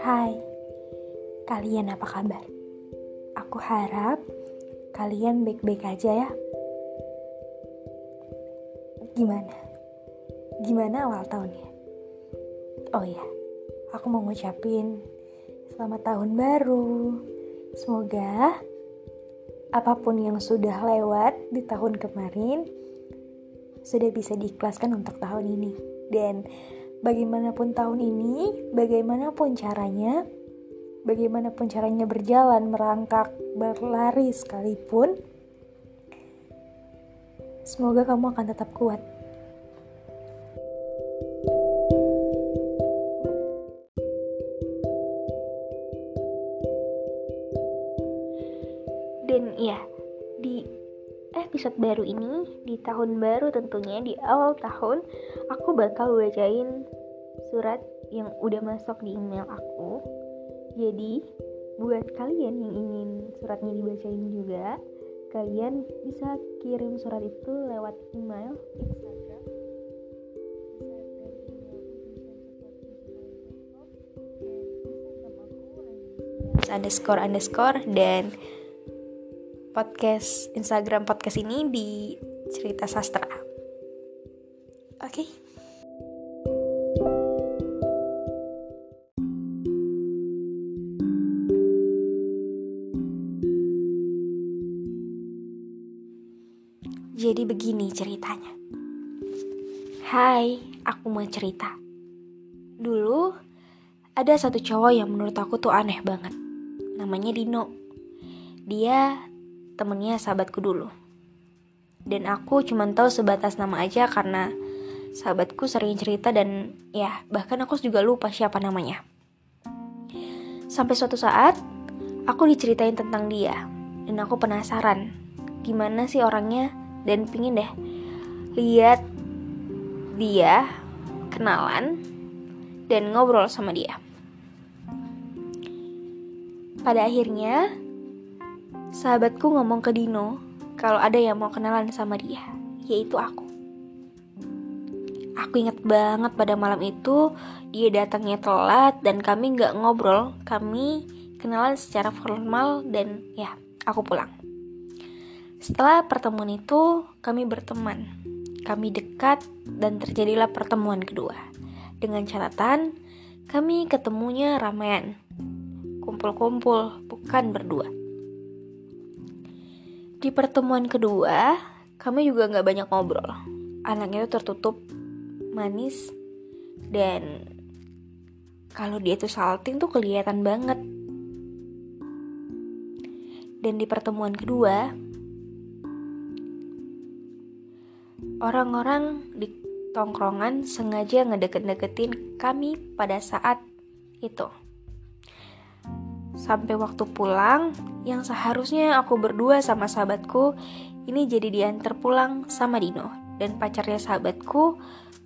Hai, kalian apa kabar? Aku harap kalian baik-baik aja ya. Gimana awal tahunnya? Oh ya, aku mau ngucapin selamat tahun baru. Semoga apapun yang sudah lewat di tahun kemarin sudah bisa diikhlaskan untuk tahun ini. Dan bagaimanapun tahun ini, bagaimanapun caranya berjalan, merangkak, berlari sekalipun, semoga kamu akan tetap kuat. Dan ya, di episode baru ini, di tahun baru tentunya, di awal tahun, aku bakal bacain surat yang udah masuk di email aku. Jadi, buat kalian yang ingin suratnya dibacain juga, kalian bisa kirim surat itu lewat email Instagram. __ dan Instagram podcast ini di Cerita Sastra. Oke. Jadi begini ceritanya. Hai, aku mau cerita. Dulu ada satu cowok yang menurut aku tuh aneh banget. Namanya Dino. Dia temennya sahabatku dulu. Dan aku cuma tahu sebatas nama aja karena sahabatku sering cerita dan ya bahkan aku juga lupa siapa namanya. Sampai suatu saat aku diceritain tentang dia dan aku penasaran gimana sih orangnya dan pingin deh lihat dia, kenalan dan ngobrol sama dia. Pada akhirnya sahabatku ngomong ke Dino kalau ada yang mau kenalan sama dia, yaitu aku. Aku ingat banget pada malam itu dia datangnya telat dan kami gak ngobrol. Kami kenalan secara formal dan ya aku pulang. Setelah pertemuan itu kami berteman. Kami dekat dan terjadilah pertemuan kedua. Dengan catatan kami ketemunya ramean. Kumpul-kumpul, bukan berdua. Di pertemuan kedua, kami juga gak banyak ngobrol. Anaknya itu tertutup, manis, dan kalau dia itu salting tuh kelihatan banget. Dan di pertemuan kedua, orang-orang di tongkrongan sengaja ngedeket-deketin kami pada saat itu. Sampai waktu pulang, yang seharusnya aku berdua sama sahabatku, ini jadi diantar pulang sama Dino dan pacarnya sahabatku.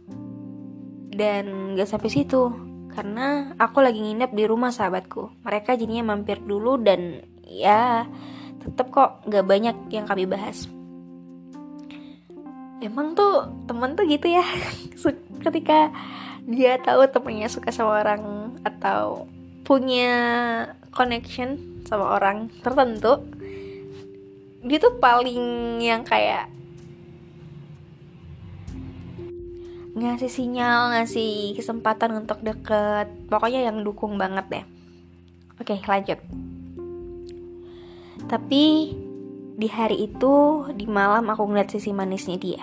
Dan gak sampai situ, karena aku lagi nginep di rumah sahabatku. Mereka jadinya mampir dulu dan ya tetep kok gak banyak yang kami bahas. Emang tuh temen tuh gitu ya. Ketika dia tahu temennya suka sama orang atau punya connection sama orang tertentu, dia tuh paling yang kayak ngasih sinyal, ngasih kesempatan untuk deket. Pokoknya yang dukung banget deh. Oke, lanjut. Tapi di hari itu, di malam aku ngeliat sisi manisnya dia.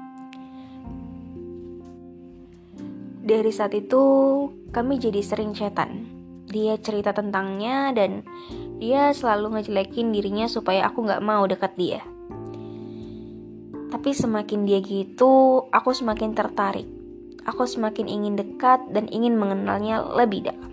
Dari saat itu kami jadi sering chatan. Dia cerita tentangnya dan dia selalu ngejelekin dirinya supaya aku gak mau dekat dia. Tapi semakin dia gitu, aku semakin tertarik. Aku semakin ingin dekat dan ingin mengenalnya lebih dalam.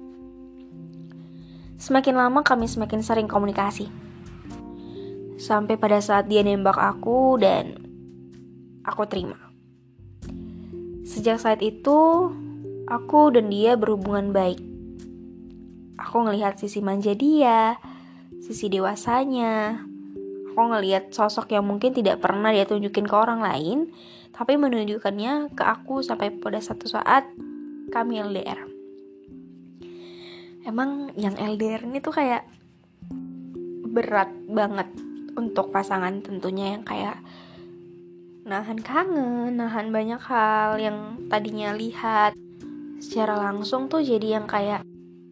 Semakin lama kami semakin sering komunikasi. Sampai pada saat dia nembak aku dan aku terima. Sejak saat itu, aku dan dia berhubungan baik. Aku ngelihat sisi manja dia, sisi dewasanya. Aku ngelihat sosok yang mungkin tidak pernah dia tunjukin ke orang lain, tapi menunjukkannya ke aku sampai pada satu saat kami LDR. Emang yang LDR ini tuh kayak berat banget untuk pasangan tentunya, yang kayak nahan kangen, nahan banyak hal yang tadinya lihat secara langsung tuh jadi yang kayak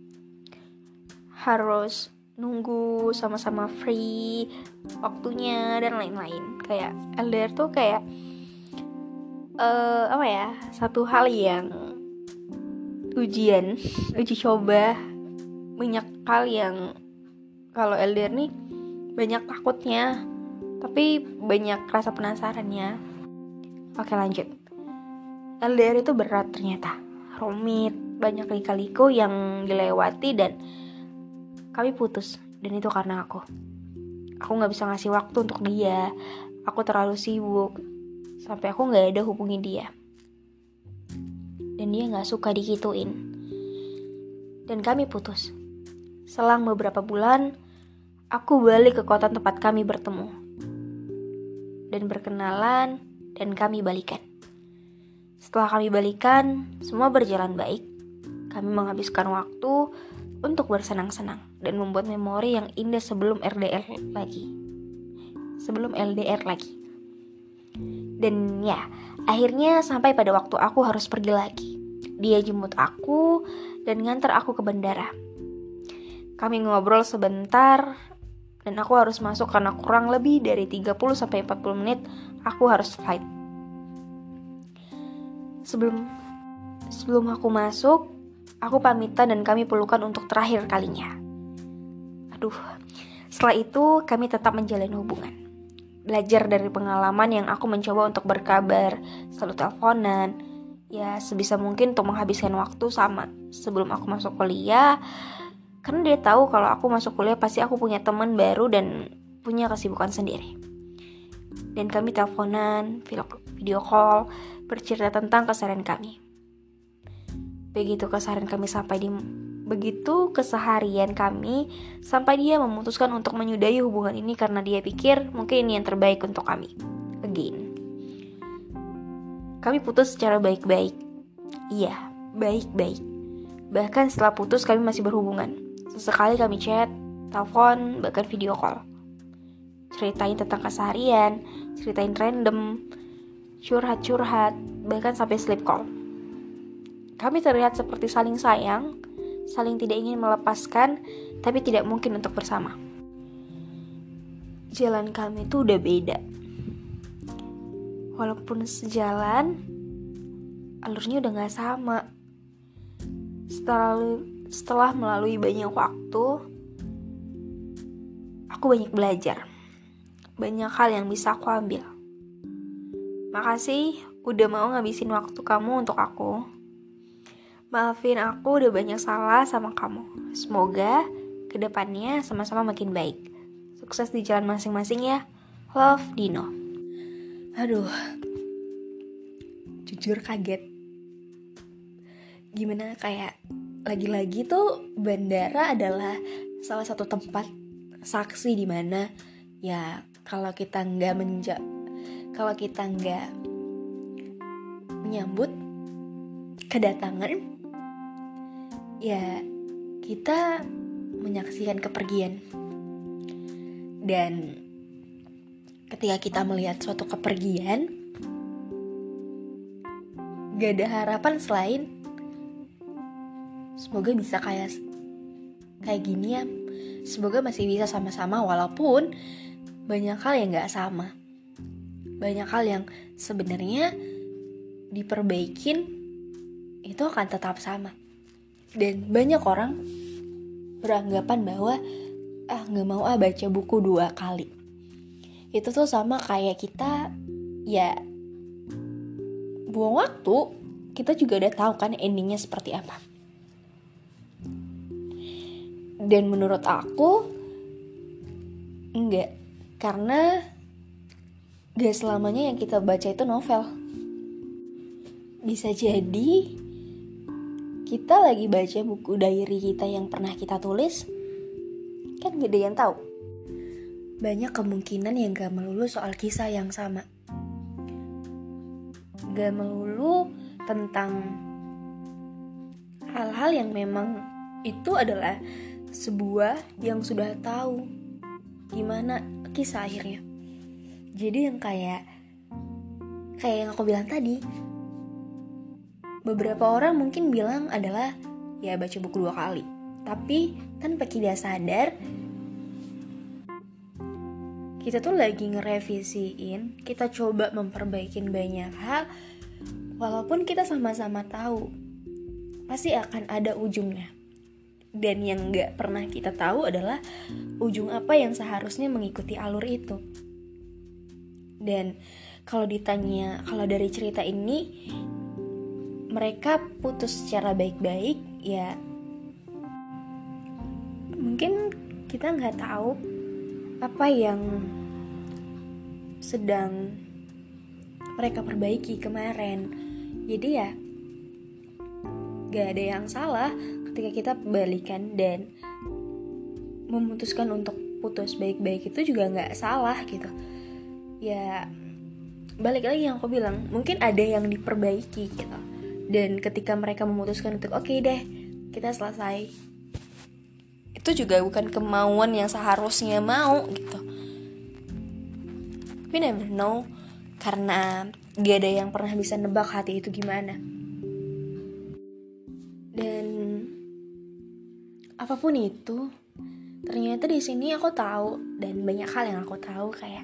harus nunggu sama-sama free waktunya dan lain-lain. Kayak LDR tuh kayak satu hal yang uji coba, banyak hal yang kalau LDR nih banyak takutnya tapi banyak rasa penasarannya. Oke, lanjut. LDR itu berat ternyata, rumit, banyak lika-liku yang dilewati dan kami putus. Dan itu karena aku gak bisa ngasih waktu untuk dia. Aku terlalu sibuk sampai aku gak ada hubungi dia, dan dia gak suka digituin. Dan kami putus. Selang beberapa bulan, aku balik ke kota tempat kami bertemu dan berkenalan, dan kami balikan. Setelah kami balikan, semua berjalan baik. Kami menghabiskan waktu untuk bersenang-senang dan membuat memori yang indah sebelum LDR lagi. Dan ya, akhirnya sampai pada waktu aku harus pergi lagi. Dia jemput aku dan nganter aku ke bandara. Kami ngobrol sebentar dan aku harus masuk karena kurang lebih dari 30-40 menit aku harus flight. Sebelum aku masuk, aku pamitan dan kami pelukan untuk terakhir kalinya. Setelah itu kami tetap menjalin hubungan. Belajar dari pengalaman yang aku mencoba untuk berkabar, selalu teleponan, ya sebisa mungkin untuk menghabiskan waktu sama sebelum aku masuk kuliah. Karena dia tahu kalau aku masuk kuliah pasti aku punya teman baru dan punya kesibukan sendiri. Dan kami teleponan, video call, bercerita tentang keseharian kami. Begitu keseharian kami sampai dia memutuskan untuk menyudahi hubungan ini karena dia pikir mungkin ini yang terbaik untuk kami. Again. Kami putus secara baik-baik. Iya, baik-baik. Bahkan setelah putus kami masih berhubungan. Sesekali kami chat, telepon, bahkan video call. Ceritain tentang keseharian, ceritain random, curhat, bahkan sampai sleep call. Kami terlihat seperti saling sayang, saling tidak ingin melepaskan, tapi tidak mungkin untuk bersama. Jalan kami tuh udah beda. Walaupun sejalan, alurnya udah gak sama. Setelah melalui banyak waktu, aku banyak belajar. Banyak hal yang bisa aku ambil. Makasih udah mau ngabisin waktu kamu untuk aku. Maafin aku udah banyak salah sama kamu. Semoga kedepannya sama-sama makin baik. Sukses di jalan masing-masing ya. Love, Dino. Jujur kaget. Gimana, kayak lagi-lagi tuh bandara adalah salah satu tempat saksi di mana ya kalau kita nggak menyambut kedatangan, ya kita menyaksikan kepergian. Dan ketika kita melihat suatu kepergian, gak ada harapan selain semoga bisa kayak gini ya. Semoga masih bisa sama-sama walaupun banyak hal yang gak sama. Banyak hal yang sebenarnya diperbaikin itu akan tetap sama. Dan banyak orang beranggapan bahwa gak mau baca buku 2 kali. Itu tuh sama kayak kita ya buang waktu. Kita juga udah tahu kan endingnya seperti apa. Dan menurut aku enggak, karena gak selamanya yang kita baca itu novel. Bisa jadi kita lagi baca buku diary kita yang pernah kita tulis, kan gak ada yang tahu. Banyak kemungkinan yang gak melulu soal kisah yang sama, gak melulu tentang hal-hal yang memang itu adalah sebuah yang sudah tahu gimana kisah akhirnya. Jadi yang kayak yang aku bilang tadi, beberapa orang mungkin bilang adalah ya baca buku 2 kali, tapi tanpa kita sadar kita tuh lagi ngerevisiin, kita coba memperbaikin banyak hal, walaupun kita sama-sama tahu pasti akan ada ujungnya. Dan yang gak pernah kita tahu adalah ujung apa yang seharusnya mengikuti alur itu. Dan kalau ditanya, kalau dari cerita ini mereka putus secara baik-baik, ya mungkin kita gak tahu apa yang sedang mereka perbaiki kemarin. Jadi ya gak ada yang salah ketika kita balikan dan memutuskan untuk putus baik-baik, itu juga gak salah gitu. Ya balik lagi yang aku bilang, mungkin ada yang diperbaiki gitu. Dan ketika mereka memutuskan untuk oke deh, kita selesai, itu juga bukan kemauan yang seharusnya mau gitu. We never know, karena gak ada yang pernah bisa nebak hati itu gimana. Dan apapun itu, ternyata di sini aku tahu, dan banyak hal yang aku tahu, kayak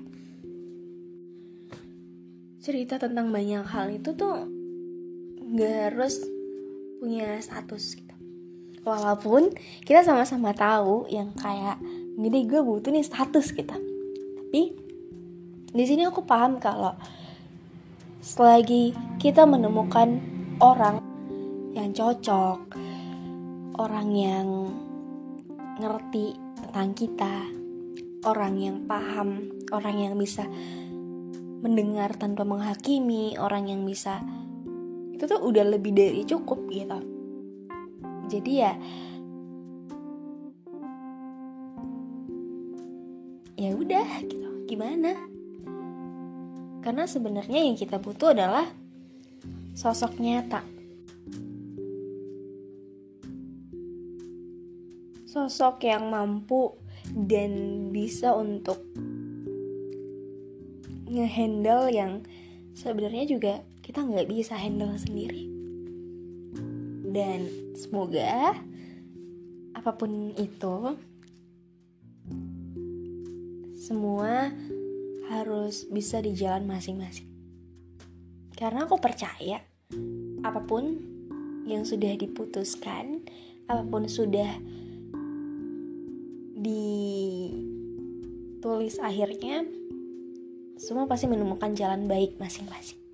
cerita tentang banyak hal itu tuh gak harus punya status gitu. Walaupun kita sama-sama tahu yang kayak gini, gue butuh nih status gitu. Tapi di sini aku paham kalau selagi kita menemukan orang yang cocok, orang yang ngerti tentang kita, orang yang paham, orang yang bisa mendengar tanpa menghakimi, orang yang bisa, itu tuh udah lebih dari cukup gitu. Jadi ya udah gitu, gimana? Karena sebenarnya yang kita butuh adalah sosok nyata, sosok yang mampu dan bisa untuk ngehandle yang sebenarnya juga kita nggak bisa handle sendiri. Dan semoga apapun itu, semua harus bisa di jalan masing-masing. Karena aku percaya apapun yang sudah diputuskan, apapun sudah ditulis akhirnya, semua pasti menemukan jalan baik masing-masing.